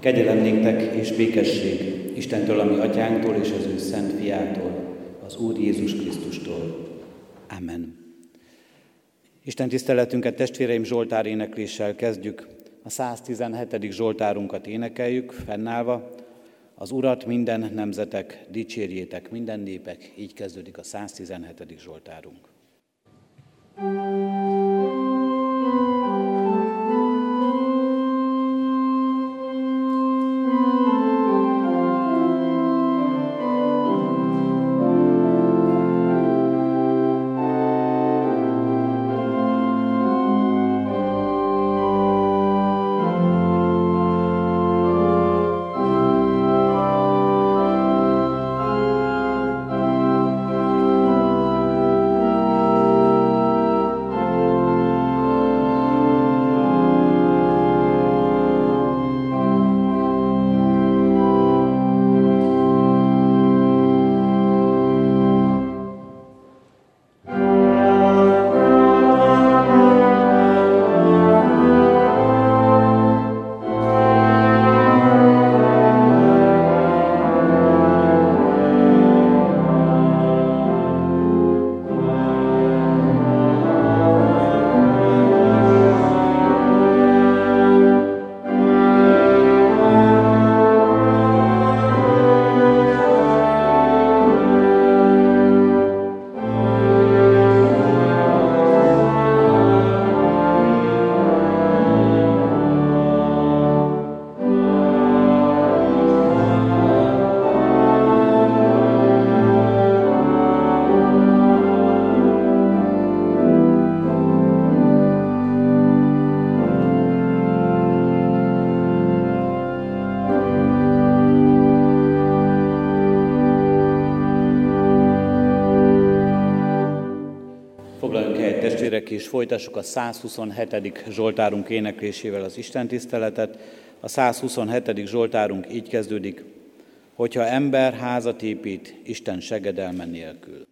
Kegyelem néktek és békesség Istentől, a mi atyánktól és az ő szent fiától, az Úr Jézus Krisztustól. Amen. Isten tiszteletünket testvéreim Zsoltár énekléssel kezdjük. A 117. Zsoltárunkat énekeljük, fennállva. Az Urat minden nemzetek, dicsérjétek minden népek. Így kezdődik a 117. Zsoltárunk. És folytassuk a 127. Zsoltárunk éneklésével az istentiszteletet. A 127. Zsoltárunk így kezdődik: hogyha ember házat épít Isten segedelme nélkül.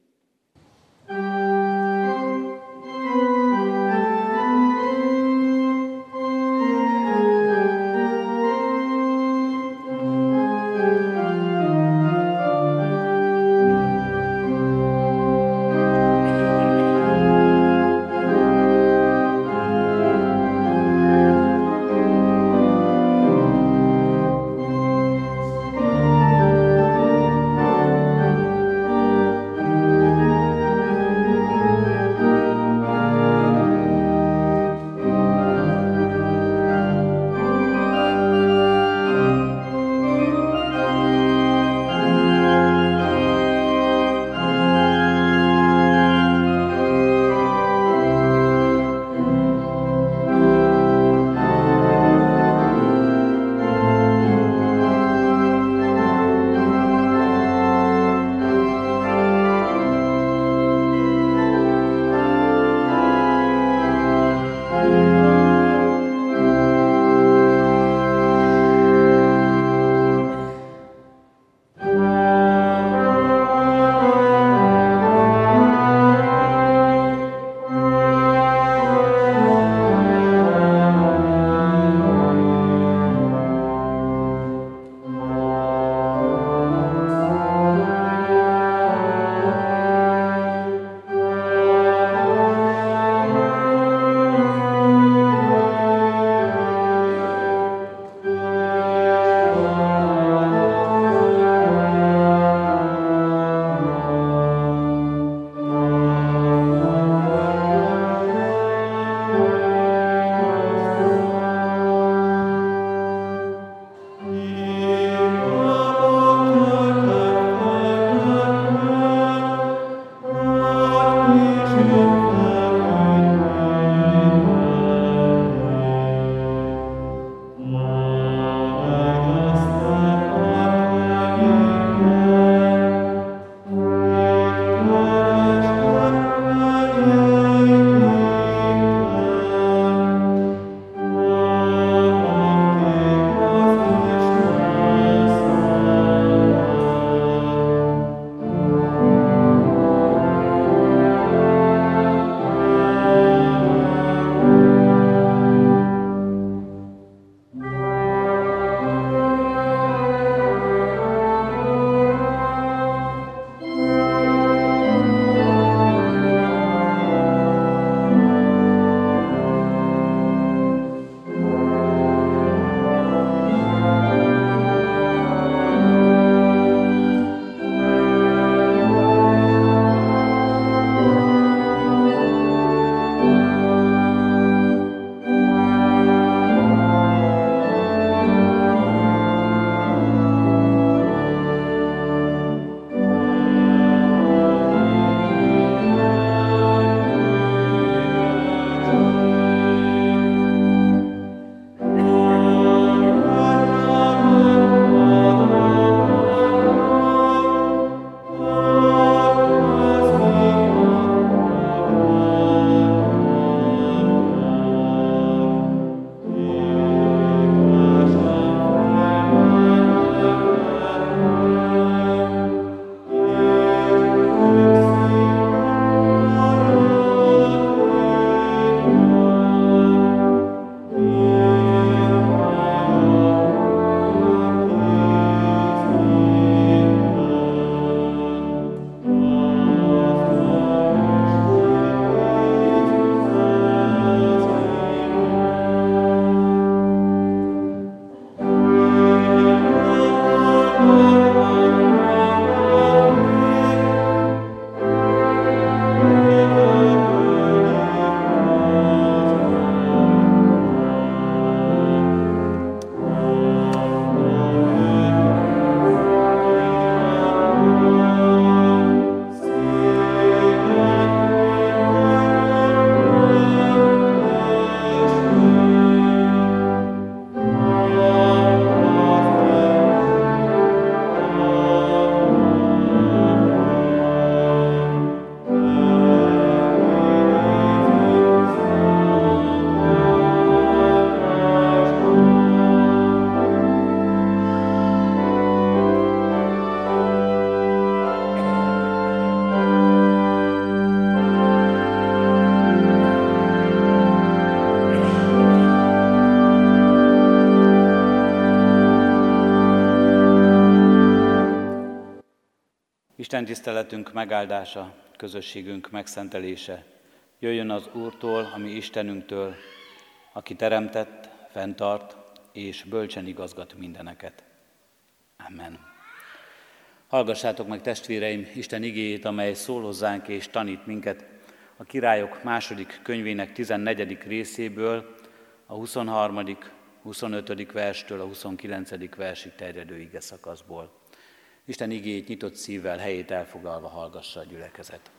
Isten tiszteletünk megáldása, közösségünk megszentelése jöjjön az Úrtól, a mi Istenünktől, aki teremtett, fenntart és bölcsen igazgat mindeneket. Amen. Hallgassátok meg, testvéreim, Isten igéjét, amely szól hozzánk és tanít minket a Királyok második könyvének 14. részéből, a 23., 25. verstől a 29. versig terjedő ige szakaszból. Isten igéjét nyitott szívvel, helyét elfoglalva hallgassa a gyülekezet.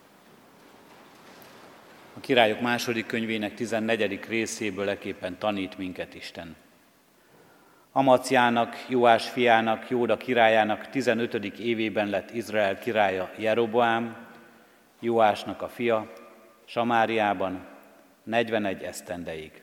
A Királyok második könyvének 14. részéből eképpen tanít minket Isten. Amacjának, Jóás fiának, Jóda királyának 15. évében lett Izrael királya Jeroboám, Jóásnak a fia, Samáriában 41 esztendeig.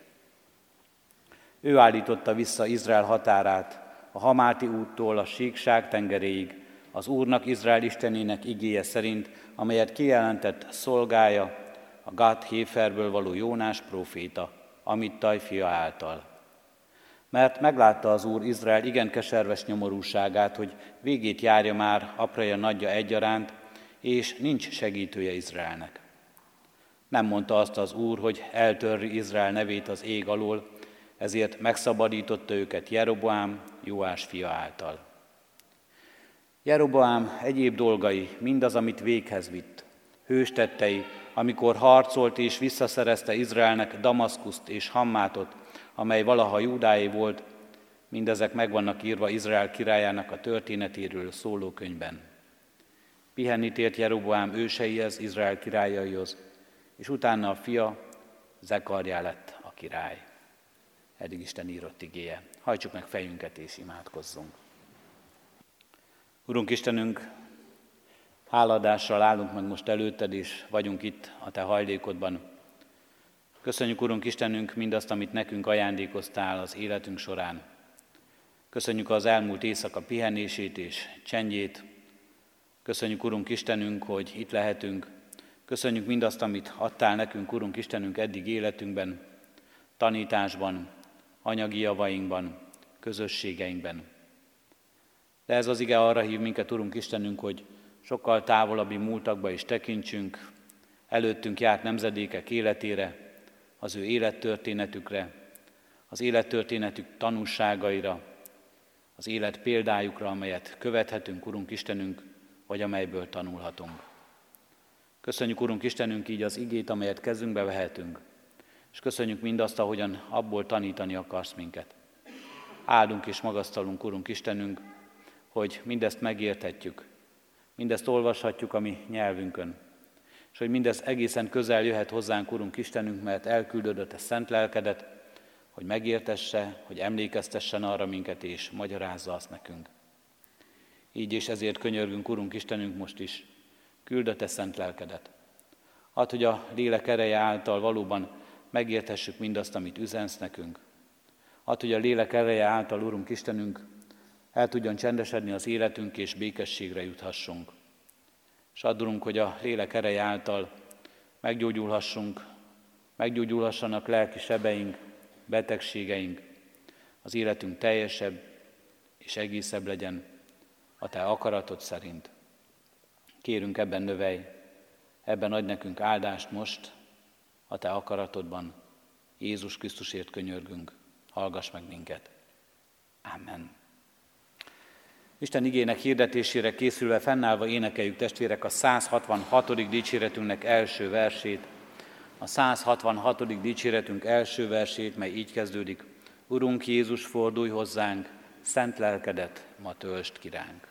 Ő állította vissza Izrael határát a Hamáti úttól a Síkság tengeréig, az Úrnak, Izrael istenének igéje szerint, amelyet kijelentett szolgája, a Gát-Héferből való Jónás próféta, Amittai fia által. Mert meglátta az Úr Izrael igen keserves nyomorúságát, hogy végét járja már apraja nagyja egyaránt, és nincs segítője Izraelnek. Nem mondta azt az Úr, hogy eltörri Izrael nevét az ég alól, ezért megszabadította őket Jeroboám, Jóás fia által. Jeroboám egyéb dolgai, mindaz, amit véghez vitt, hőstettei, amikor harcolt és visszaszerezte Izraelnek Damaszkuszt és Hammátot, amely valaha Júdáé volt, mindezek meg vannak írva Izrael királyának a történetéről szóló könyvben. Pihenni tért Jeroboám őseihez, Izrael királyaihoz, és utána a fia, Zekarjá lett a király. Eddig Isten írott igéje. Hajtsuk meg fejünket és imádkozzunk. Urunk Istenünk, háladással állunk meg most előtted, és vagyunk itt a Te hajlékodban. Köszönjük, Urunk Istenünk, mindazt, amit nekünk ajándékoztál az életünk során. Köszönjük az elmúlt éjszaka pihenését és csendjét. Köszönjük, Urunk Istenünk, hogy itt lehetünk. Köszönjük mindazt, amit adtál nekünk, Urunk Istenünk, eddig életünkben, tanításban, anyagi javainkban, közösségeinkben. De ez az ige arra hív minket, Urunk Istenünk, hogy sokkal távolabbi múltakba is tekintsünk, előttünk járt nemzedékek életére, az ő élettörténetükre, az élettörténetük tanúságaira, az élet példájukra, amelyet követhetünk, Urunk Istenünk, vagy amelyből tanulhatunk. Köszönjük, Urunk Istenünk, így az igét, amelyet kezünkbe vehetünk, és köszönjük mindazt, ahogyan abból tanítani akarsz minket. Áldunk és magasztalunk, Urunk Istenünk, hogy mindezt megérthetjük, mindezt olvashatjuk a mi nyelvünkön, és hogy mindez egészen közel jöhet hozzánk, Urunk Istenünk, mert elküldöd a Te szent lelkedet, hogy megértesse, hogy emlékeztessen arra minket, és magyarázza azt nekünk. Így és ezért könyörgünk, Urunk Istenünk, most is, küld a Te szent lelkedet. Add, hogy a lélek ereje által valóban megérthessük mindazt, amit üzensz nekünk. Add, hogy a lélek ereje által, Urunk Istenünk, el tudjon csendesedni az életünk, és békességre juthassunk. És add, Urunk, hogy a lélek ereje által meggyógyulhassanak lelki sebeink, betegségeink, az életünk teljesebb és egészebb legyen a Te akaratod szerint. Kérünk, ebben növelj, ebben adj nekünk áldást most, a Te akaratodban. Jézus Krisztusért könyörgünk, hallgass meg minket. Amen. Isten igének hirdetésére készülve, fennállva énekeljük, testvérek, a 166. dicséretünknek első versét. A 166. dicséretünk első versét, mely így kezdődik: Urunk Jézus, fordulj hozzánk, szent lelkedet ma töltsd ki ránk.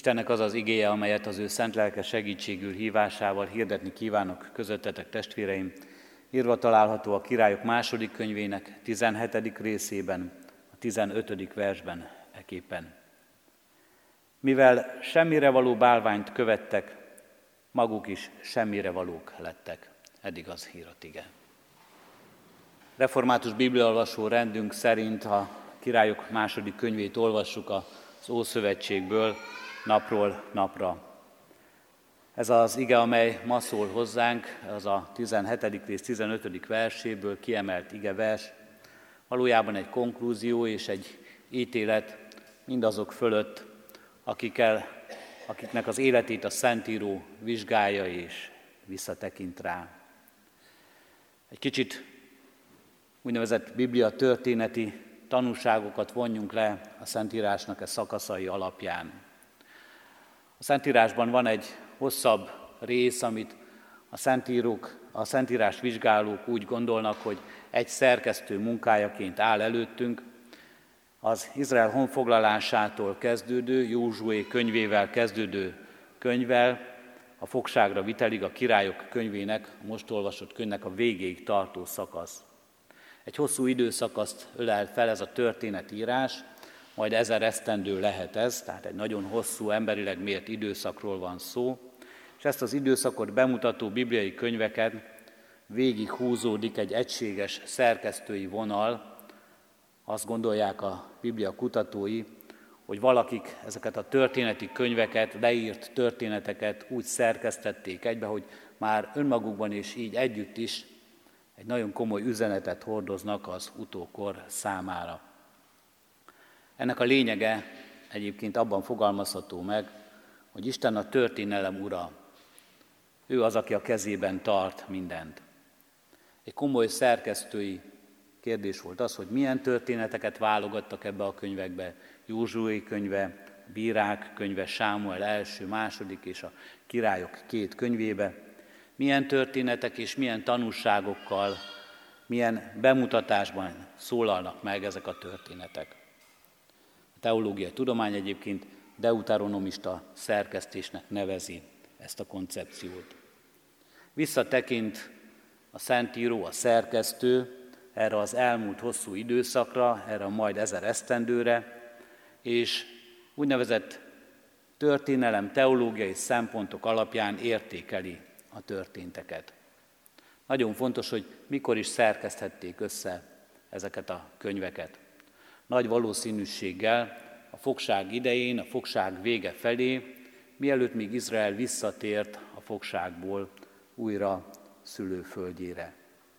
Istennek az az igéje, amelyet az ő szent lelke segítségül hívásával hirdetni kívánok közöttetek, testvéreim. Írva található a Királyok második könyvének 17. részében, a 15. versben eképpen. Mivel semmire való bálványt követtek, maguk is semmire valók lettek. Eddig az írott ige. Református bibliaolvasó rendünk szerint a Királyok második könyvét olvassuk az Ószövetségből napról napra. Ez az ige, amely ma szól hozzánk, az a 17. rész 15. verséből kiemelt igevers, valójában egy konklúzió és egy ítélet mindazok fölött, akiknek az életét a Szentíró vizsgálja és visszatekint rá. Egy kicsit úgynevezett Biblia történeti tanúságokat vonjunk le a Szentírásnak e szakaszai alapján. A Szentírásban van egy hosszabb rész, amit a Szentírás vizsgálók úgy gondolnak, hogy egy szerkesztő munkájaként áll előttünk, az Izrael honfoglalásától kezdődő, Józsué könyvével kezdődő könyvvel, a fogságra vitelig, a Királyok könyvének, a most olvasott könyvnek a végéig tartó szakasz. Egy hosszú időszakaszt ölel fel ez a történetírás, majd 1000 esztendő lehet ez, tehát egy nagyon hosszú, emberileg mért időszakról van szó, és ezt az időszakot bemutató bibliai könyveken végig húzódik egy egységes szerkesztői vonal. Azt gondolják a Biblia kutatói, hogy valakik ezeket a történeti könyveket, leírt történeteket úgy szerkesztették egybe, hogy már önmagukban és így együtt is egy nagyon komoly üzenetet hordoznak az utókor számára. Ennek a lényege egyébként abban fogalmazható meg, hogy Isten a történelem ura. Ő az, aki a kezében tart mindent. Egy komoly szerkesztői kérdés volt az, hogy milyen történeteket válogattak ebbe a könyvekbe. Józsué könyve, Bírák könyve, Sámuel első, második és a Királyok 2 könyvébe. Milyen történetek és milyen tanúságokkal, milyen bemutatásban szólalnak meg ezek a történetek. A teológiai tudomány egyébként deuteronomista szerkesztésnek nevezi ezt a koncepciót. Visszatekint a Szentíró, a szerkesztő erre az elmúlt hosszú időszakra, erre a majd 1000 esztendőre, és úgynevezett történelem teológiai szempontok alapján értékeli a történteket. Nagyon fontos, hogy mikor is szerkeszthették össze ezeket a könyveket. Nagy valószínűséggel a fogság idején, a fogság vége felé, mielőtt még Izrael visszatért a fogságból újra szülőföldjére.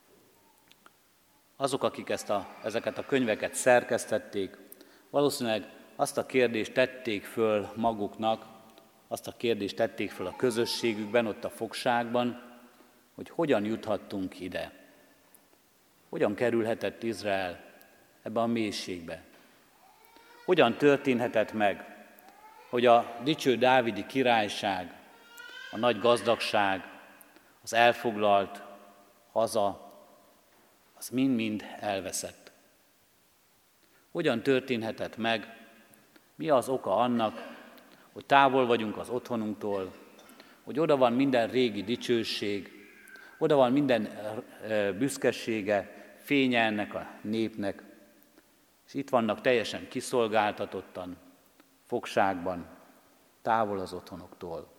Azok, akik ezeket a könyveket szerkesztették, valószínűleg azt a kérdést tették föl maguknak, azt a kérdést tették föl a közösségükben, ott a fogságban, hogy hogyan juthattunk ide. Hogyan kerülhetett Izrael ebbe a mélységbe? Hogyan történhetett meg, hogy a dicső dávidi királyság, a nagy gazdagság, az elfoglalt haza, az mind-mind elveszett? Hogyan történhetett meg, mi az oka annak, hogy távol vagyunk az otthonunktól, hogy oda van minden régi dicsőség, oda van minden büszkesége, fénye ennek a népnek, és itt vannak teljesen kiszolgáltatottan, fogságban, távol az otthonoktól.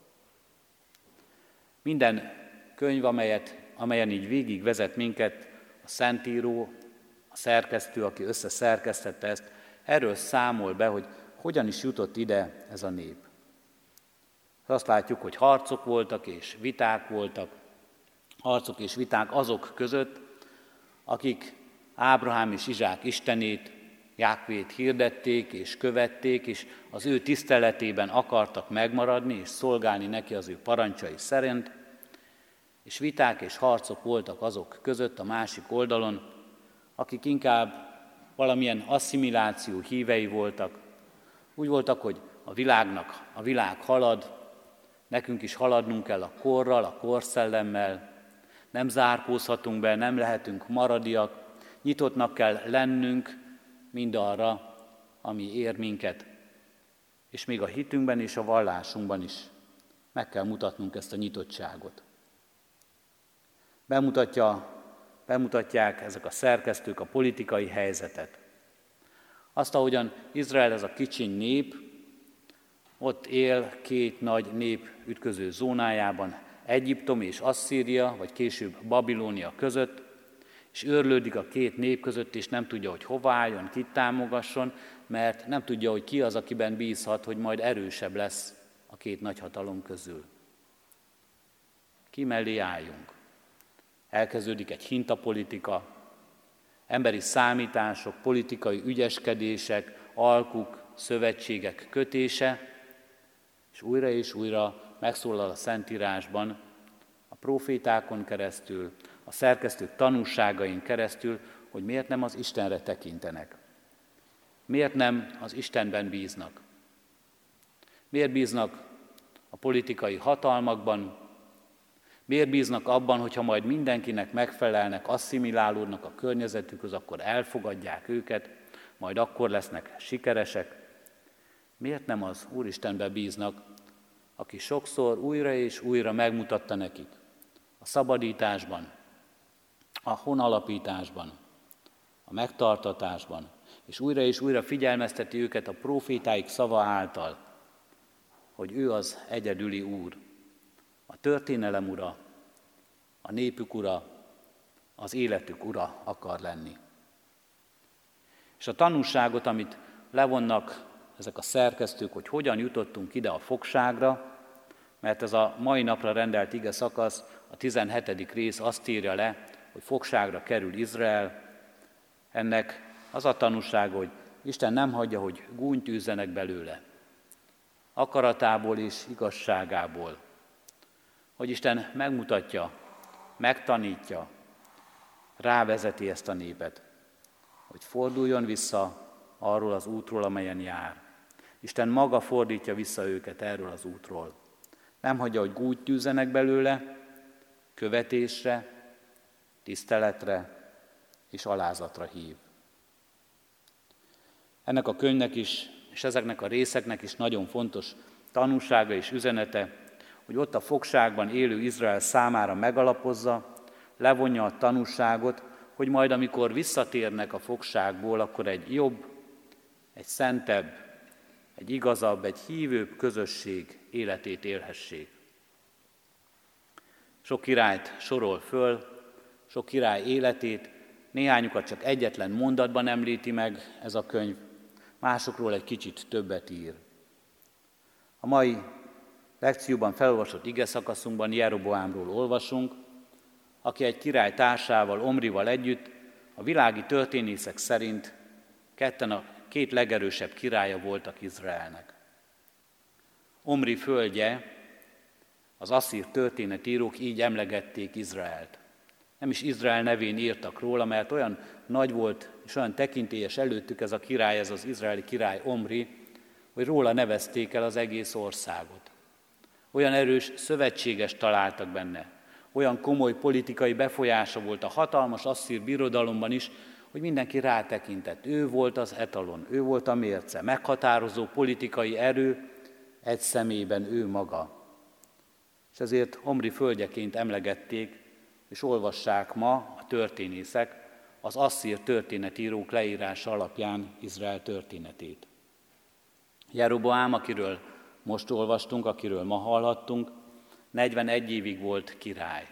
Minden könyv, amelyen így végig vezet minket, a Szentíró, a szerkesztő, aki összeszerkesztette ezt, erről számol be, hogy hogyan is jutott ide ez a nép. Azt látjuk, hogy harcok voltak és viták voltak, harcok és viták azok között, akik Ábrahám és Izsák istenét, Jákvét hirdették és követték, és az ő tiszteletében akartak megmaradni és szolgálni neki az ő parancsai szerint, és viták és harcok voltak azok között a másik oldalon, akik inkább valamilyen asszimiláció hívei voltak. Úgy voltak, hogy a világ halad, nekünk is haladnunk kell a korral, a korszellemmel, nem zárkózhatunk be, nem lehetünk maradiak, nyitottnak kell lennünk mindarra, ami ér minket. És még a hitünkben és a vallásunkban is meg kell mutatnunk ezt a nyitottságot. Bemutatják ezek a szerkesztők a politikai helyzetet. Azt, ahogyan Izrael, ez a kicsiny nép, ott él két nagy nép ütköző zónájában, Egyiptom és Asszíria, vagy később Babilónia között, és őrlődik a két nép között, és nem tudja, hogy hova álljon, kit támogasson, mert nem tudja, hogy ki az, akiben bízhat, hogy majd erősebb lesz a két nagyhatalom közül. Ki mellé álljunk? Elkezdődik egy hintapolitika, emberi számítások, politikai ügyeskedések, alkuk, szövetségek kötése, és újra megszólal a Szentírásban, a prófétákon keresztül, a szerkesztők tanúságain keresztül, hogy miért nem az Istenre tekintenek. Miért nem az Istenben bíznak? Miért bíznak a politikai hatalmakban? Miért bíznak abban, hogyha majd mindenkinek megfelelnek, asszimilálódnak a környezetükhöz, akkor elfogadják őket, majd akkor lesznek sikeresek? Miért nem az Úristenbe bíznak, aki sokszor újra és újra megmutatta nekik a szabadításban, a honalapításban, a megtartatásban, és újra figyelmezteti őket a prófétáik szava által, hogy ő az egyedüli Úr, a történelem ura, a népük ura, az életük ura akar lenni. És a tanúságot, amit levonnak ezek a szerkesztők, hogy hogyan jutottunk ide a fogságra, mert ez a mai napra rendelt ige szakasz, a 17. rész azt írja le, hogy fogságra kerül Izrael. Ennek az a tanúsága, hogy Isten nem hagyja, hogy gúnyt űzzenek belőle. Akaratából és igazságából. Hogy Isten megmutatja, megtanítja, rávezeti ezt a népet, hogy forduljon vissza arról az útról, amelyen jár. Isten maga fordítja vissza őket erről az útról. Nem hagyja, hogy gúnyt tűzzenek belőle, követésre, tiszteletre és alázatra hív. Ennek a könyvnek is, és ezeknek a részeknek is nagyon fontos tanúsága és üzenete, hogy ott a fogságban élő Izrael számára megalapozza, levonja a tanúságot, hogy majd amikor visszatérnek a fogságból, akkor egy jobb, egy szentebb, egy igazabb, egy hívőbb közösség életét élhessék. Sok királyt sorol föl, sok király életét, néhányukat csak egyetlen mondatban említi meg ez a könyv, másokról egy kicsit többet ír. A mai lekcióban felolvasott igeszakaszunkban Jeroboámról olvasunk, aki egy király társával, Omrival együtt a világi történészek szerint a két legerősebb királya voltak Izraelnek. Omri földje, az asszír történetírók így emlegették Izraelt. Nem is Izrael nevén írtak róla, mert olyan nagy volt és olyan tekintélyes előttük ez a király, ez az izraeli király Omri, hogy róla nevezték el az egész országot. Olyan erős szövetséges találtak benne, olyan komoly politikai befolyása volt a hatalmas asszír birodalomban is, hogy mindenki rátekintett. Ő volt az etalon, ő volt a mérce, meghatározó politikai erő, egy személyben ő maga. És ezért Omri földjeként emlegették, és olvassák ma a történészek az asszír történetírók leírása alapján Izrael történetét. Jeroboám, akiről most olvastunk, akiről ma hallhattunk, 41 évig volt király.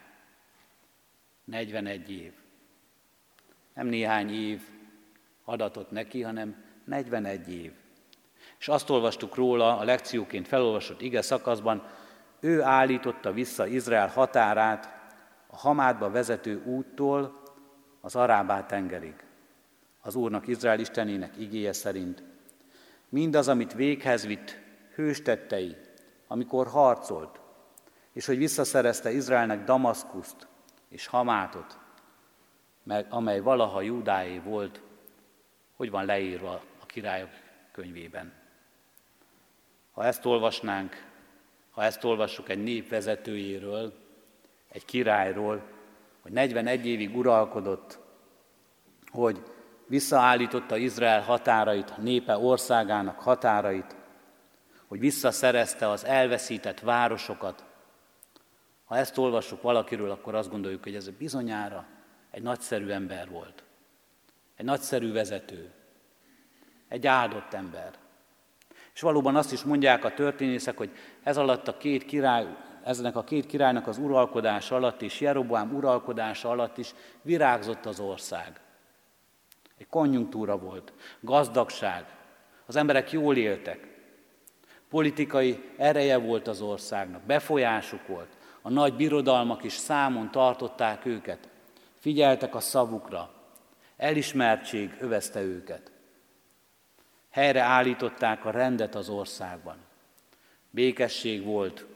41 év. Nem néhány év adatot neki, hanem 41 év. És azt olvastuk róla a lekcióként felolvasott ige szakaszban, ő állította vissza Izrael határát a Hamátba vezető úttól az Arábá tengerig. Az Úrnak, Izrael Istenének igéje szerint mindaz, amit véghez vitt hőstettei, amikor harcolt, és hogy visszaszerezte Izraelnek Damaszkuszt és Hamátot, amely valaha Júdáé volt, hogy van leírva a királyok könyvében. Ha ezt olvasnánk, ha ezt olvassuk egy nép vezetőjéről, egy királyról, hogy 41 évig uralkodott, hogy visszaállította Izrael határait, népe országának határait, hogy visszaszerezte az elveszített városokat. Ha ezt olvassuk valakiről, akkor azt gondoljuk, hogy ez bizonyára egy nagyszerű ember volt. Egy nagyszerű vezető. Egy áldott ember. És valóban azt is mondják a történészek, hogy ennek a két királynak az uralkodása alatt is, Jeroboám uralkodása alatt is virágzott az ország. Egy konjunktúra volt, gazdagság, az emberek jól éltek, politikai ereje volt az országnak, befolyásuk volt, a nagy birodalmak is számon tartották őket, figyeltek a szavukra, elismertség övezte őket. Helyre állították a rendet az országban. Békesség volt,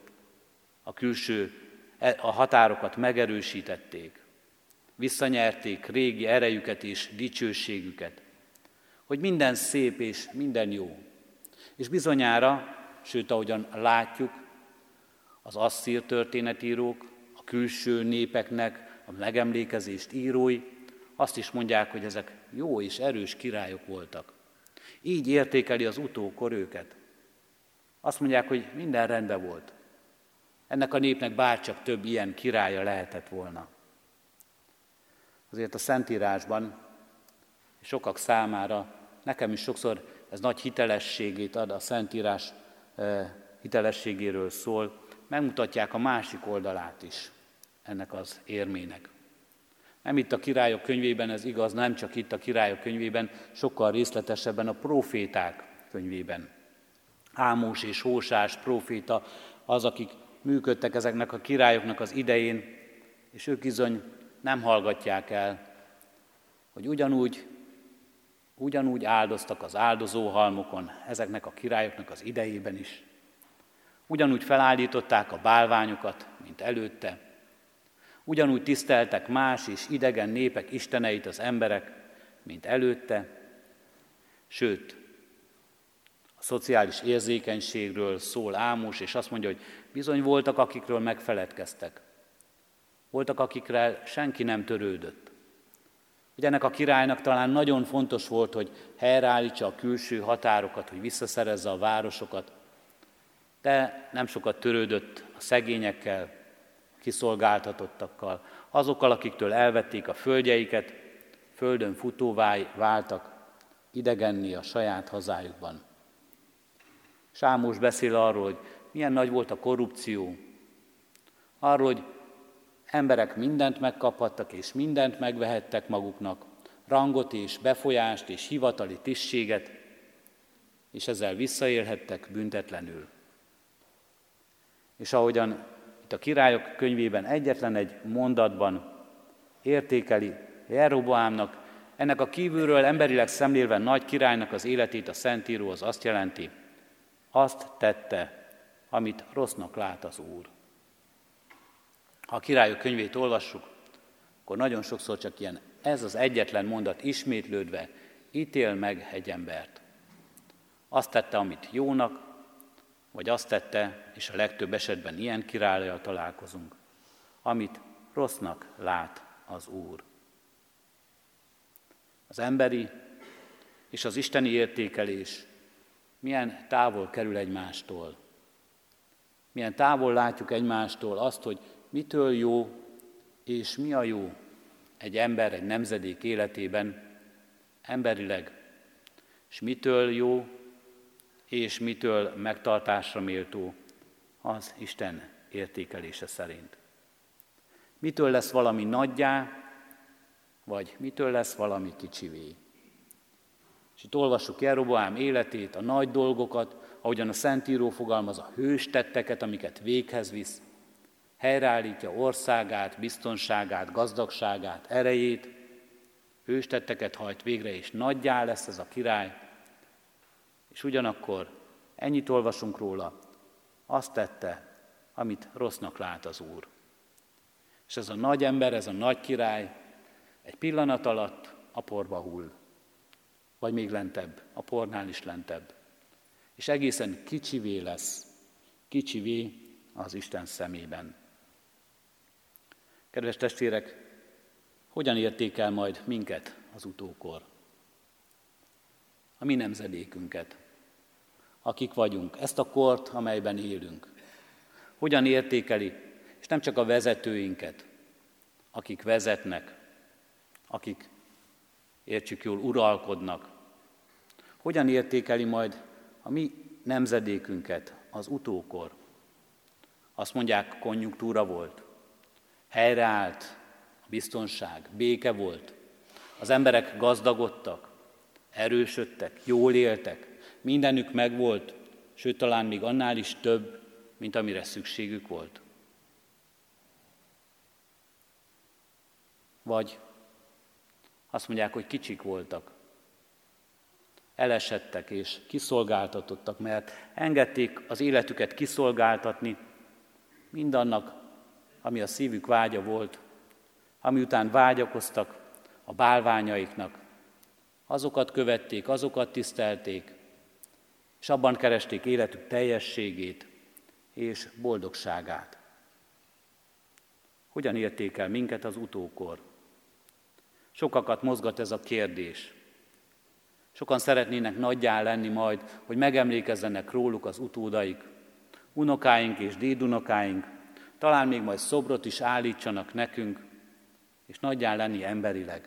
a határokat megerősítették, visszanyerték régi erejüket és dicsőségüket, hogy minden szép és minden jó. És bizonyára, sőt ahogyan látjuk, az asszír történetírók, a külső népeknek a megemlékezést írói azt is mondják, hogy ezek jó és erős királyok voltak. Így értékeli az utókor őket. Azt mondják, hogy minden rendben volt. Ennek a népnek bárcsak több ilyen királya lehetett volna. Azért a Szentírásban sokak számára, nekem is sokszor ez nagy hitelességét ad, a Szentírás hitelességéről szól, megmutatják a másik oldalát is ennek az érmének. Nem itt a Királyok könyvében ez igaz, nem csak itt a Királyok könyvében, sokkal részletesebben a próféták könyvében. Ámós és Hósás próféta az, akik működtek ezeknek a királyoknak az idején, és ők bizony nem hallgatják el, hogy ugyanúgy áldoztak az áldozóhalmokon ezeknek a királyoknak az idejében is. Ugyanúgy felállították a bálványokat, mint előtte. Ugyanúgy tiszteltek más és idegen népek isteneit az emberek, mint előtte. Sőt, a szociális érzékenységről szól Ámós, és azt mondja, hogy bizony voltak, akikről megfeledkeztek. Voltak, akikről senki nem törődött. Hogy ennek a királynak talán nagyon fontos volt, hogy helyreállítsa a külső határokat, hogy visszaszerezze a városokat, de nem sokat törődött a szegényekkel, kiszolgáltatottakkal, azokkal, akiktől elvették a földjeiket, földön futóvá váltak, idegenné a saját hazájukban. Ámós beszél arról, hogy milyen nagy volt a korrupció, arról, hogy emberek mindent megkaphattak és mindent megvehettek maguknak, rangot és befolyást és hivatali tisztséget, és ezzel visszaélhettek büntetlenül. És ahogyan itt a Királyok könyvében egyetlen egy mondatban értékeli Jeroboámnak, ennek a kívülről emberileg szemlélve nagy királynak az életét a Szentíró az azt jelenti, azt tette, amit rossznak lát az Úr. Ha a Királyok könyvét olvassuk, akkor nagyon sokszor csak ilyen ez az egyetlen mondat ismétlődve ítél meg egy embert. Azt tette, amit jónak, vagy azt tette, és a legtöbb esetben ilyen királlyal találkozunk, amit rossznak lát az Úr. Az emberi és az isteni értékelés milyen távol kerül egymástól. Milyen távol látjuk egymástól azt, hogy mitől jó és mi a jó egy ember, egy nemzedék életében emberileg, és mitől jó és mitől megtartásra méltó az Isten értékelése szerint. Mitől lesz valami nagyjá, vagy mitől lesz valami kicsivé. És itt olvassuk Jeroboám életét, a nagy dolgokat, ahogyan a Szentíró fogalmaz, a hős tetteket, amiket véghez visz, helyreállítja országát, biztonságát, gazdagságát, erejét, hős tetteket hajt végre, és nagyjá lesz ez a király, és ugyanakkor ennyit olvasunk róla, azt tette, amit rossznak lát az Úr. És ez a nagy ember, ez a nagy király egy pillanat alatt a porba hull, vagy még lentebb, a pornál is lentebb. És egészen kicsivé lesz, kicsivé az Isten szemében. Kedves testvérek, hogyan értékel majd minket az utókor? A mi nemzedékünket. akik vagyunk, ezt a kort, amelyben élünk. Hogyan értékeli, és nem csak a vezetőinket, akik vezetnek, akik, értsük jól, uralkodnak. Hogyan értékeli majd a mi nemzedékünket, az utókor? Azt mondják, konjunktúra volt, helyreállt a biztonság, béke volt, az emberek gazdagodtak, erősödtek, jól éltek, mindenük megvolt, sőt talán még annál is több, mint amire szükségük volt. Vagy azt mondják, hogy kicsik voltak, elesedtek és kiszolgáltatottak, mert engedték az életüket kiszolgáltatni mindannak, ami a szívük vágya volt, ami után vágyakoztak a bálványaiknak. Azokat követték, azokat tisztelték, és abban keresték életük teljességét és boldogságát. Hogyan értékel minket az utókor? Sokakat mozgat ez a kérdés. Sokan szeretnének nagyjá lenni majd, hogy megemlékezzenek róluk az utódaik, unokáink és dédunokáink, talán még majd szobrot is állítsanak nekünk, és nagyjá lenni emberileg.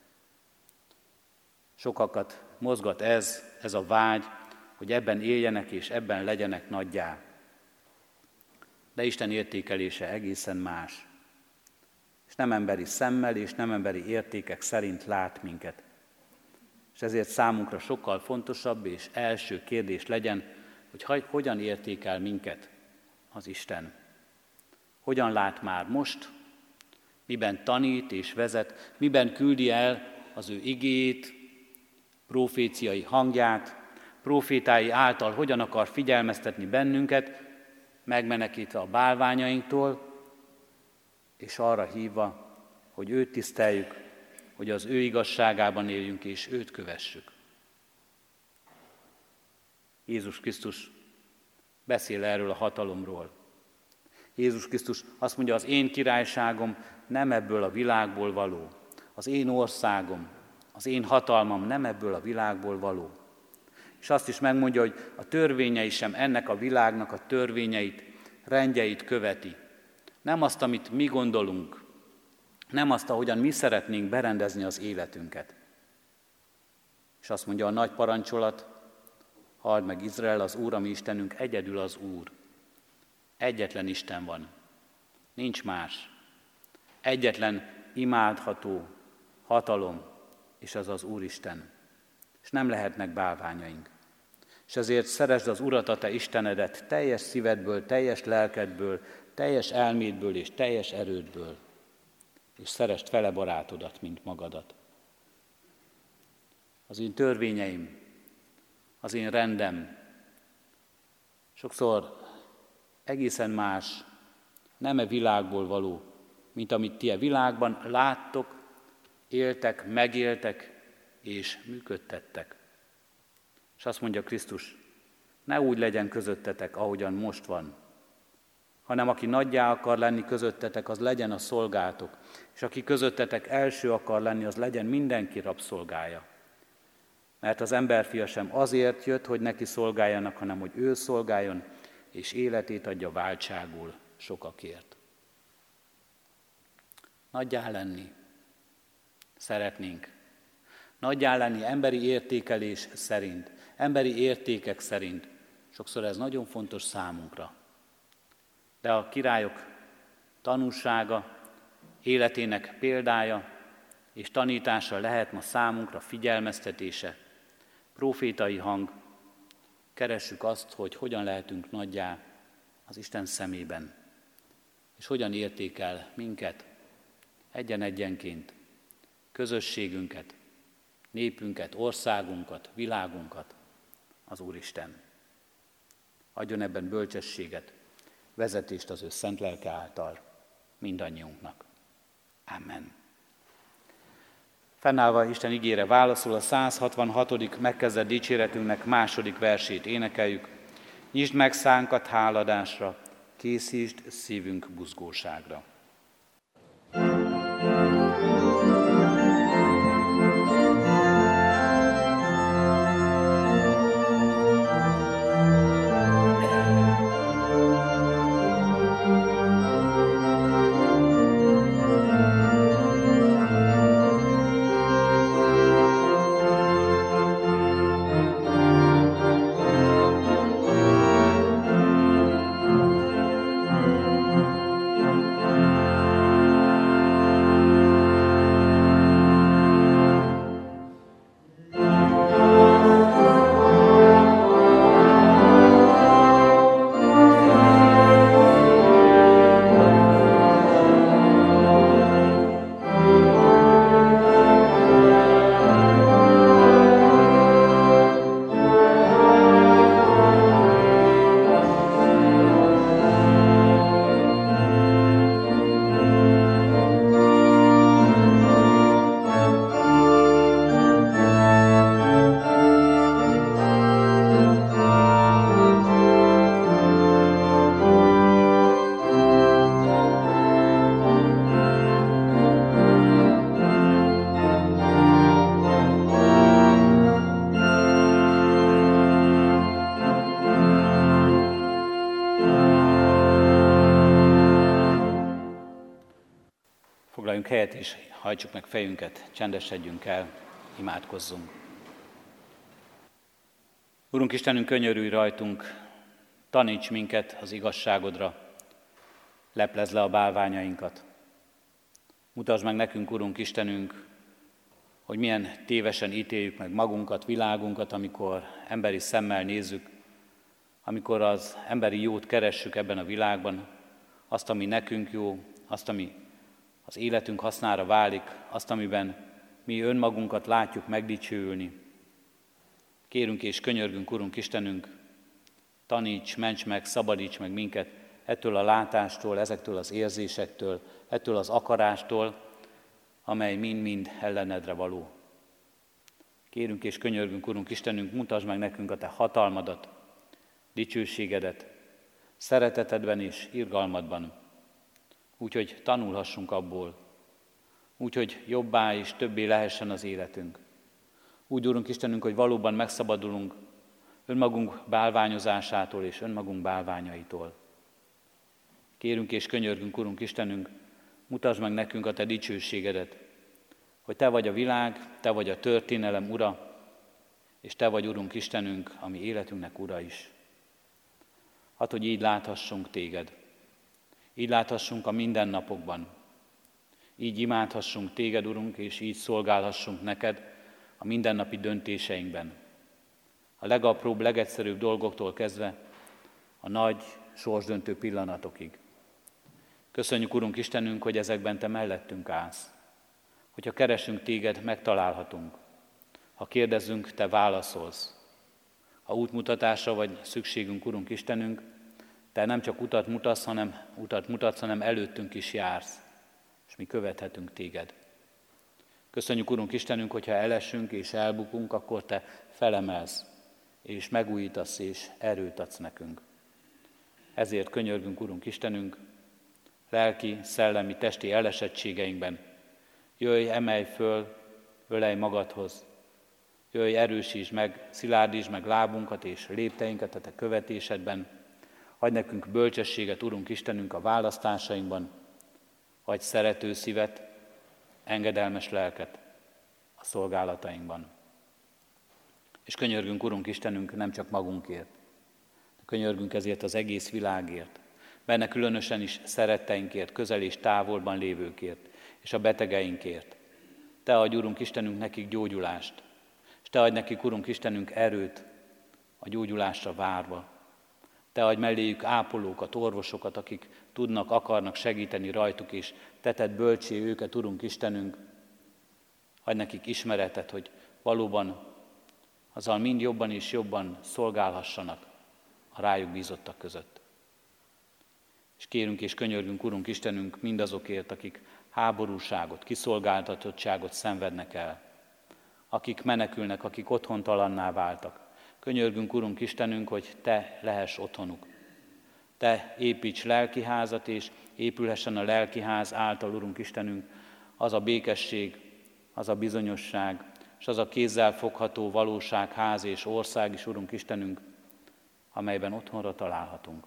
Sokakat mozgat ez a vágy, hogy ebben éljenek és ebben legyenek nagyjá. De Isten értékelése egészen más. És nem emberi szemmel és nem emberi értékek szerint lát minket. És ezért számunkra sokkal fontosabb és első kérdés legyen, hogy hogyan értékel minket az Isten. Hogyan lát már most, miben tanít és vezet, miben küldi el az ő igéjét, proféciai hangját, profétái által hogyan akar figyelmeztetni bennünket, megmenekítve a bálványainktól, és arra hívva, hogy őt tiszteljük, hogy az ő igazságában éljünk és őt kövessük. Jézus Krisztus beszél erről a hatalomról. Jézus Krisztus azt mondja, az én királyságom nem ebből a világból való. Az én országom, az én hatalmam nem ebből a világból való. És azt is megmondja, hogy a törvényei sem ennek a világnak a törvényeit, rendjeit követi. Nem azt, amit mi gondolunk, nem azt, ahogyan mi szeretnénk berendezni az életünket. És azt mondja a nagy parancsolat, halld meg Izrael, az Úr, a mi Istenünk, egyedül az Úr. Egyetlen Isten van, nincs más. Egyetlen imádható hatalom, és az az Úristen. És nem lehetnek bálványaink. És ezért szeresd az Urat, a te Istenedet teljes szívedből, teljes lelkedből, teljes elmédből és teljes erődből. És szeresd fele barátodat, mint magadat. Az én törvényeim, az én rendem sokszor egészen más, nem e világból való, mint amit ti a világban láttok, éltek, megéltek és működtettek. És azt mondja Krisztus, ne úgy legyen közöttetek, ahogyan most van, hanem aki nagyjá akar lenni közöttetek, az legyen a szolgátok, és aki közöttetek első akar lenni, az legyen mindenki rabszolgája. Mert az emberfia sem azért jött, hogy neki szolgáljanak, hanem hogy ő szolgáljon, és életét adja váltságul sokakért. Nagyjá lenni szeretnénk. Nagyjá lenni emberi értékelés szerint, emberi értékek szerint. Sokszor ez nagyon fontos számunkra. De a királyok tanúsága, életének példája és tanítása lehet ma számunkra figyelmeztetése, profétai hang. Keressük azt, hogy hogyan lehetünk nagyjá az Isten szemében, és hogyan értékel minket egyen-egyenként, közösségünket, népünket, országunkat, világunkat az Úristen. Adjon ebben bölcsességet, vezetést az ő szent lelke által mindannyiunknak. Amen. Fennállva Isten igére válaszul a 166. megkezdett dicséretünknek második versét énekeljük. Nyisd meg szánkat háladásra, készítsd szívünk buzgóságra. Foglaljunk helyet és hajtsuk meg fejünket, csendesedjünk el, imádkozzunk. Urunk Istenünk, könyörülj rajtunk, taníts minket az igazságodra, leplezd le a bálványainkat. Mutasd meg nekünk, Urunk Istenünk, hogy milyen tévesen ítéljük meg magunkat, világunkat, amikor emberi szemmel nézzük, amikor az emberi jót keressük ebben a világban, azt, ami nekünk jó, azt, ami az életünk hasznára válik, azt, amiben mi önmagunkat látjuk megdicsőülni. Kérünk és könyörgünk, Urunk Istenünk, taníts, ments meg, szabadíts meg minket ettől a látástól, ezektől az érzésektől, ettől az akarástól, amely mind-mind ellenedre való. Kérünk és könyörgünk, Urunk Istenünk, mutasd meg nekünk a Te hatalmadat, dicsőségedet, szeretetedben és irgalmadban, úgyhogy tanulhassunk abból, úgyhogy jobbá és többé lehessen az életünk. Úgy, Urunk Istenünk, hogy valóban megszabadulunk önmagunk bálványozásától és önmagunk bálványaitól. Kérünk és könyörgünk, Urunk Istenünk, mutasd meg nekünk a Te dicsőségedet, hogy Te vagy a világ, Te vagy a történelem ura, és Te vagy, Urunk Istenünk, a mi életünknek ura is. Hadd, hogy így láthassunk Téged, így láthassunk a mindennapokban, így imádhassunk Téged, Urunk, és így szolgálhassunk neked a mindennapi döntéseinkben. A legapróbb, legegyszerűbb dolgoktól kezdve a nagy, sorsdöntő pillanatokig. Köszönjük, Urunk Istenünk, hogy ezekben Te mellettünk állsz. Hogyha keresünk Téged, megtalálhatunk. Ha kérdezzünk, Te válaszolsz. Ha útmutatásra vagy szükségünk, Urunk Istenünk, Te nem csak utat mutatsz, hanem előttünk is jársz, és mi követhetünk Téged. Köszönjük, Urunk Istenünk, hogyha elesünk és elbukunk, akkor Te felemelsz, és megújítasz, és erőt adsz nekünk. Ezért könyörgünk, Urunk Istenünk, lelki, szellemi, testi elesettségeinkben. Jöjj, emelj föl, ölelj magadhoz. Jöjj, erősítsd meg, szilárdítsd meg lábunkat és lépteinket a Te követésedben. Adj nekünk bölcsességet, Urunk Istenünk, a választásainkban. Adj szerető szívet, engedelmes lelket a szolgálatainkban. És könyörgünk, Urunk Istenünk, nem csak magunkért. Könyörgünk ezért az egész világért. Benne különösen is szeretteinkért, közel és távolban lévőkért, és a betegeinkért. Te adj, Urunk Istenünk, nekik gyógyulást, és Te adj nekik, Urunk Istenünk, erőt a gyógyulásra várva. Te adj melléjük ápolókat, orvosokat, akik tudnak, akarnak segíteni rajtuk, és Te tedd bölcsé őket, Urunk Istenünk. Adj nekik ismeretet, hogy valóban azzal mind jobban és jobban szolgálhassanak a rájuk bízottak között. És kérünk és könyörgünk, Urunk Istenünk, mindazokért, akik háborúságot, kiszolgáltatottságot szenvednek el, akik menekülnek, akik otthontalanná váltak. Könyörgünk, Urunk Istenünk, hogy Te lehess otthonuk. Te építs lelkiházat, és épülhessen a lelkiház által, Urunk Istenünk, az a békesség, az a bizonyosság, és az a kézzel fogható valóság, ház és ország is, Urunk Istenünk, amelyben otthonra találhatunk.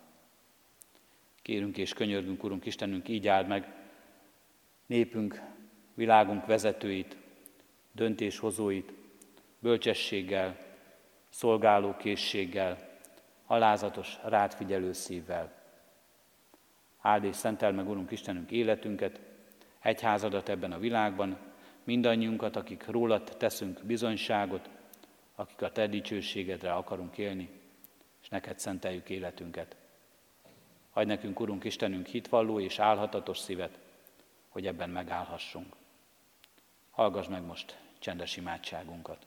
Kérünk és könyörgünk, Urunk Istenünk, így áld meg népünk, világunk vezetőit, döntéshozóit, bölcsességgel, szolgálókészséggel, alázatos, rád figyelő szívvel. Áld és szenteld meg, Urunk Istenünk, életünket, egyházadat ebben a világban, mindannyiunkat, akik rólad teszünk bizonyságot, akik a Te dicsőségedre akarunk élni, és neked szenteljük életünket. Adj nekünk, Urunk Istenünk, hitvalló és álhatatos szívet, hogy ebben megállhassunk. Hallgass meg most csendes imádságunkat.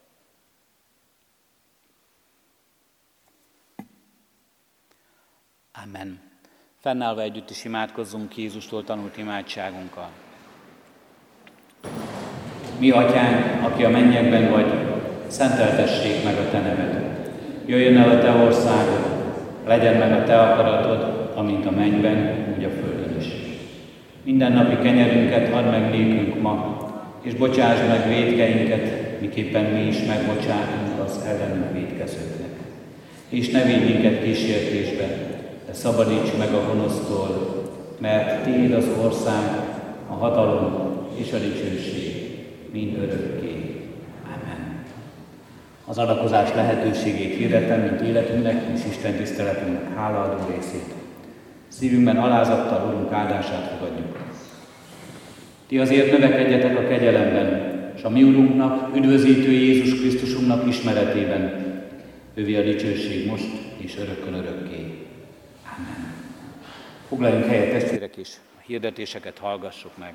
Amen. Fennállva együtt is imádkozzunk Jézustól tanult imádságunkkal. Mi atyánk, aki a mennyekben vagy, szenteltessék meg a Te neved. Jöjjön el a Te országod, legyen meg a Te akaratod, amint a mennyben, úgy a földön is. Mindennapi kenyerünket add meg nékünk ma, és bocsásd meg vétkeinket, miképpen mi is megbocsátunk az ellenünk vétkezőknek. És ne védj minket kísértésbe, de szabadíts meg a gonosztól, mert Tiéd az ország, a hatalom és a dicsőség mind örökké. Amen. Az adakozás lehetőségét hirdetem, mint életünknek és Isten tiszteletünknek hálaadó részét. Szívünkben alázattal Urunk áldását fogadjuk. Ti azért növekedjetek a kegyelemben, és a mi Urunknak, üdvözítő Jézus Krisztusunknak ismeretében. Ővé a dicsőség most és örökkön örökké. Amen. Foglaljunk helyet, testvérek, és a hirdetéseket hallgassuk meg.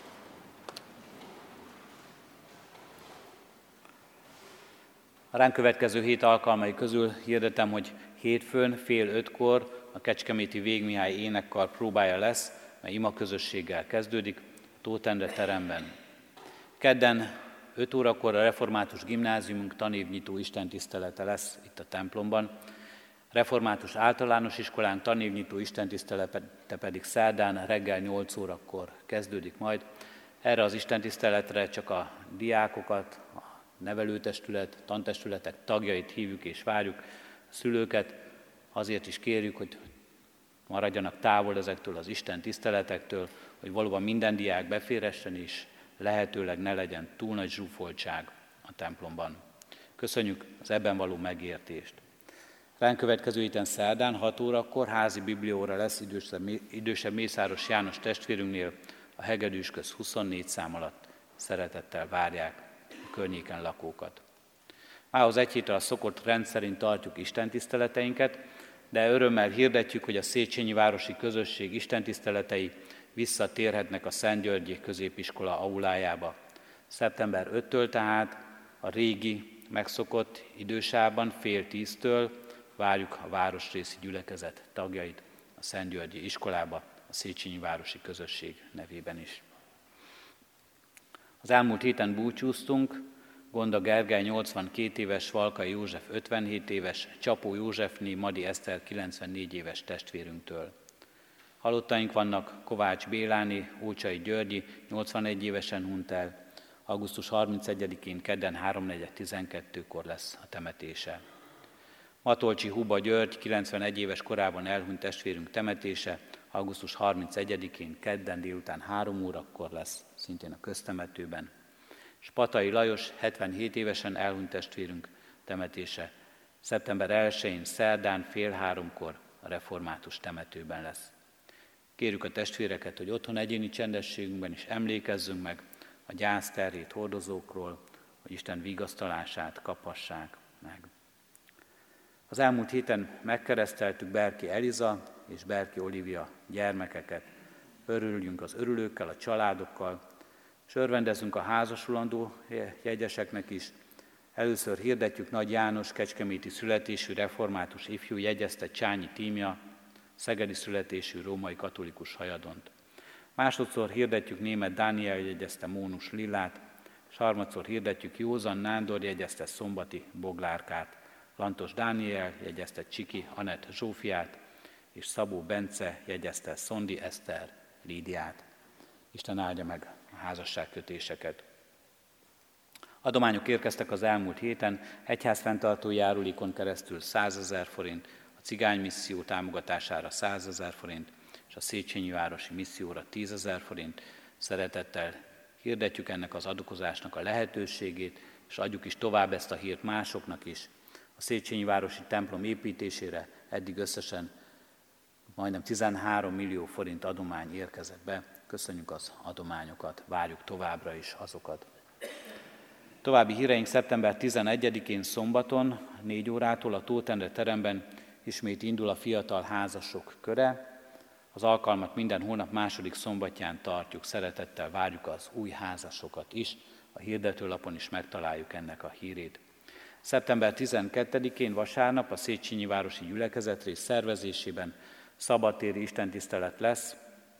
A ránk következő hét alkalmai közül hirdetem, hogy hétfőn fél 5-kor a Kecskeméti Vég Mihály énekkar próbája lesz, mely imaközösséggel kezdődik, a Tóth Endre teremben. Kedden 5 órakor a Református Gimnáziumunk tanévnyitó istentisztelete lesz itt a templomban. Református Általános Iskolánk tanévnyitó istentisztelete pedig szerdán reggel 8 órakor kezdődik majd. Erre az istentiszteletre csak a diákokat, a nevelőtestület, tantestületek tagjait hívjuk és várjuk, a szülőket. Azért is kérjük, hogy maradjanak távol ezektől az Isten tiszteletektől, hogy valóban minden diák beférhessen, és lehetőleg ne legyen túl nagy zsúfoltság a templomban. Köszönjük az ebben való megértést. Ránk következő héten szerdán 6 órakor házi biblióra lesz idősebb Mészáros János testvérünknél, a Hegedűs köz 24 szám alatt. Szeretettel várják a környéken lakókat. Mához egy héttel a szokott rendszerint tartjuk istentiszteleteinket, de örömmel hirdetjük, hogy a Széchenyi Városi Közösség istentiszteletei visszatérhetnek a Szentgyörgyi Középiskola aulájába. Szeptember 5-től tehát a régi, megszokott idősában fél 10-től várjuk a városrészi gyülekezet tagjait a Szentgyörgyi iskolába, a Széchenyi Városi Közösség nevében is. Az elmúlt héten búcsúztunk, Gonda Gergely 82 éves, Valkai József 57 éves, Csapó Józsefné, Madi Eszter 94 éves testvérünktől. Halottaink vannak Kovács Béláné, Ócsai Györgyi 81 évesen hunyt el, augusztus 31-én kedden 3:12-kor lesz a temetése. Matolcsi Huba György 91 éves korában elhunyt testvérünk temetése, augusztus 31-én kedden délután 3 órakor lesz, szintén a köztemetőben. Spatai Lajos 77 évesen elhunyt testvérünk temetése, szeptember 1-én szerdán fél 3-kor a református temetőben lesz. Kérjük a testvéreket, hogy otthon egyéni csendességünkben is emlékezzünk meg a gyászterhét hordozókról, hogy Isten vigasztalását kaphassák meg. Az elmúlt héten megkereszteltük Berki Eliza és Berki Olivia gyermekeket. Örüljünk az örülőkkel, a családokkal, és örvendezzünk a házasulandó jegyeseknek is. Először hirdetjük Nagy János kecskeméti születésű református ifjú jegyezte Csányi Tímja, szegedi születésű római katolikus hajadont. Másodszor hirdetjük Németh Dániel jegyezte Mónus Lillát, és harmadszor hirdetjük Józan Nándor jegyezte Szombati Boglárkát, Lantos Dániel jegyezte Csiki Anett Zsófiát, és Szabó Bence jegyezte Szondi Eszter Lídiát. Isten áldja meg a házasságkötéseket. Adományok érkeztek az elmúlt héten, egyházfenntartó járulékon keresztül 100 000 forint, a cigánymisszió támogatására 100 000 forint, és a Széchenyi Városi Misszióra 10 000 forint. Szeretettel hirdetjük ennek az adokozásnak a lehetőségét, és adjuk is tovább ezt a hírt másoknak is. A Széchenyi Városi templom építésére eddig összesen majdnem 13 millió forint adomány érkezett be. Köszönjük az adományokat, várjuk továbbra is azokat. További híreink szeptember 11-én szombaton 4 órától a Tóth Endre teremben ismét indul a fiatal házasok köre. Az alkalmat minden hónap második szombatján tartjuk, szeretettel várjuk az új házasokat is. A hirdetőlapon is megtaláljuk ennek a hírét. Szeptember 12-én vasárnap a Széchenyi Városi Gyülekezetrész szervezésében szabadtéri istentisztelet lesz,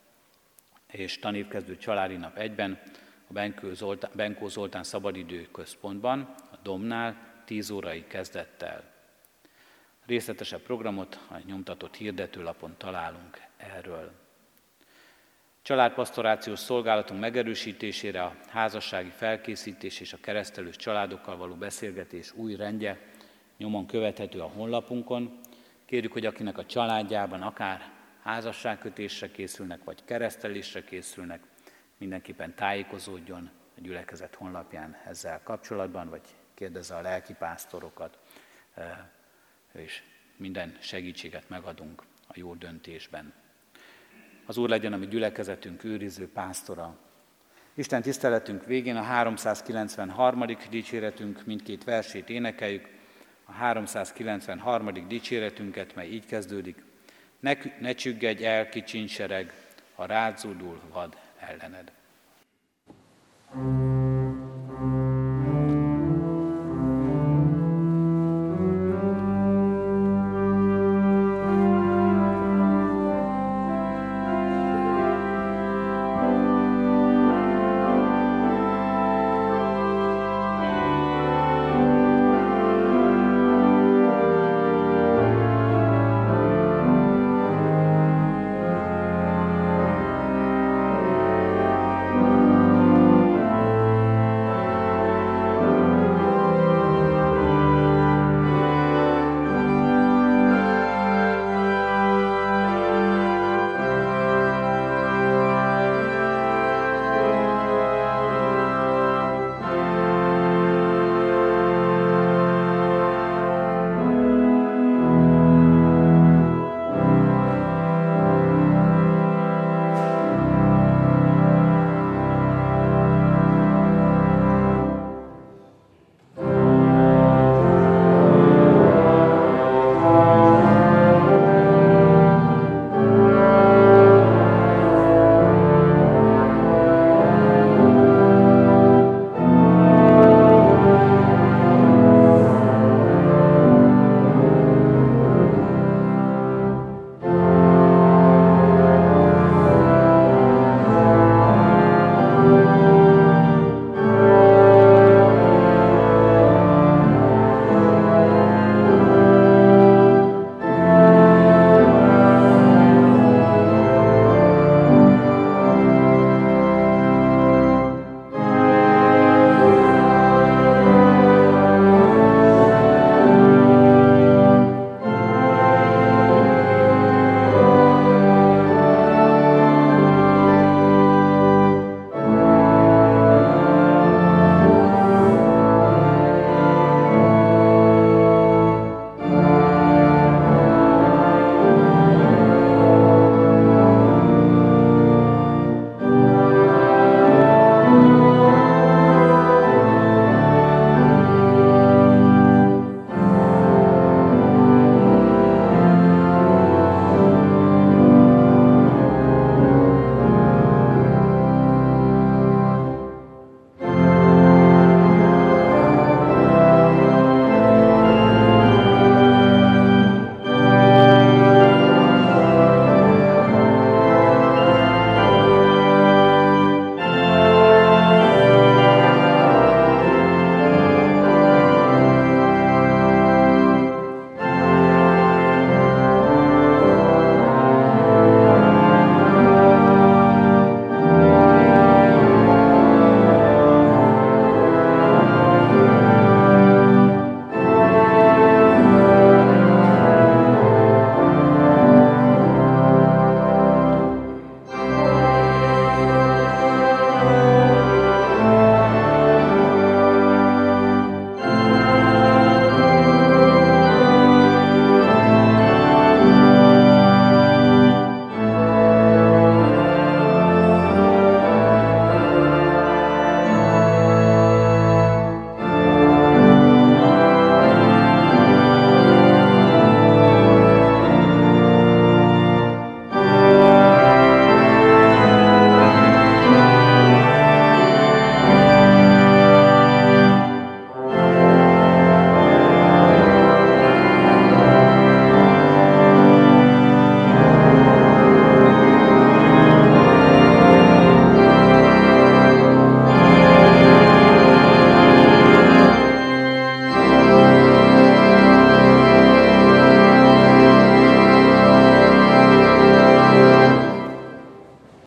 és tanévkezdő családi nap egyben a Benkó Zoltán Szabadidő Központban, a Domnál 10 órai kezdettel. Részletesebb programot a nyomtatott hirdetőlapon találunk erről. Családpastorációs szolgálatunk megerősítésére a házassági felkészítés és a keresztelős családokkal való beszélgetés új rendje nyomon követhető a honlapunkon. Kérjük, hogy akinek a családjában akár házasságkötésre készülnek, vagy keresztelésre készülnek, mindenképpen tájékozódjon a gyülekezet honlapján ezzel kapcsolatban, vagy kérdezze a lelkipásztorokat, és minden segítséget megadunk a jó döntésben. Az Úr legyen a mi gyülekezetünk őriző pásztora. Isten tiszteletünk végén a 393. dicséretünk mindkét versét énekeljük. A 393. dicséretünket, mely így kezdődik: Ne csüggedj el, kicsinsereg, ha rád zúdul vad ellened.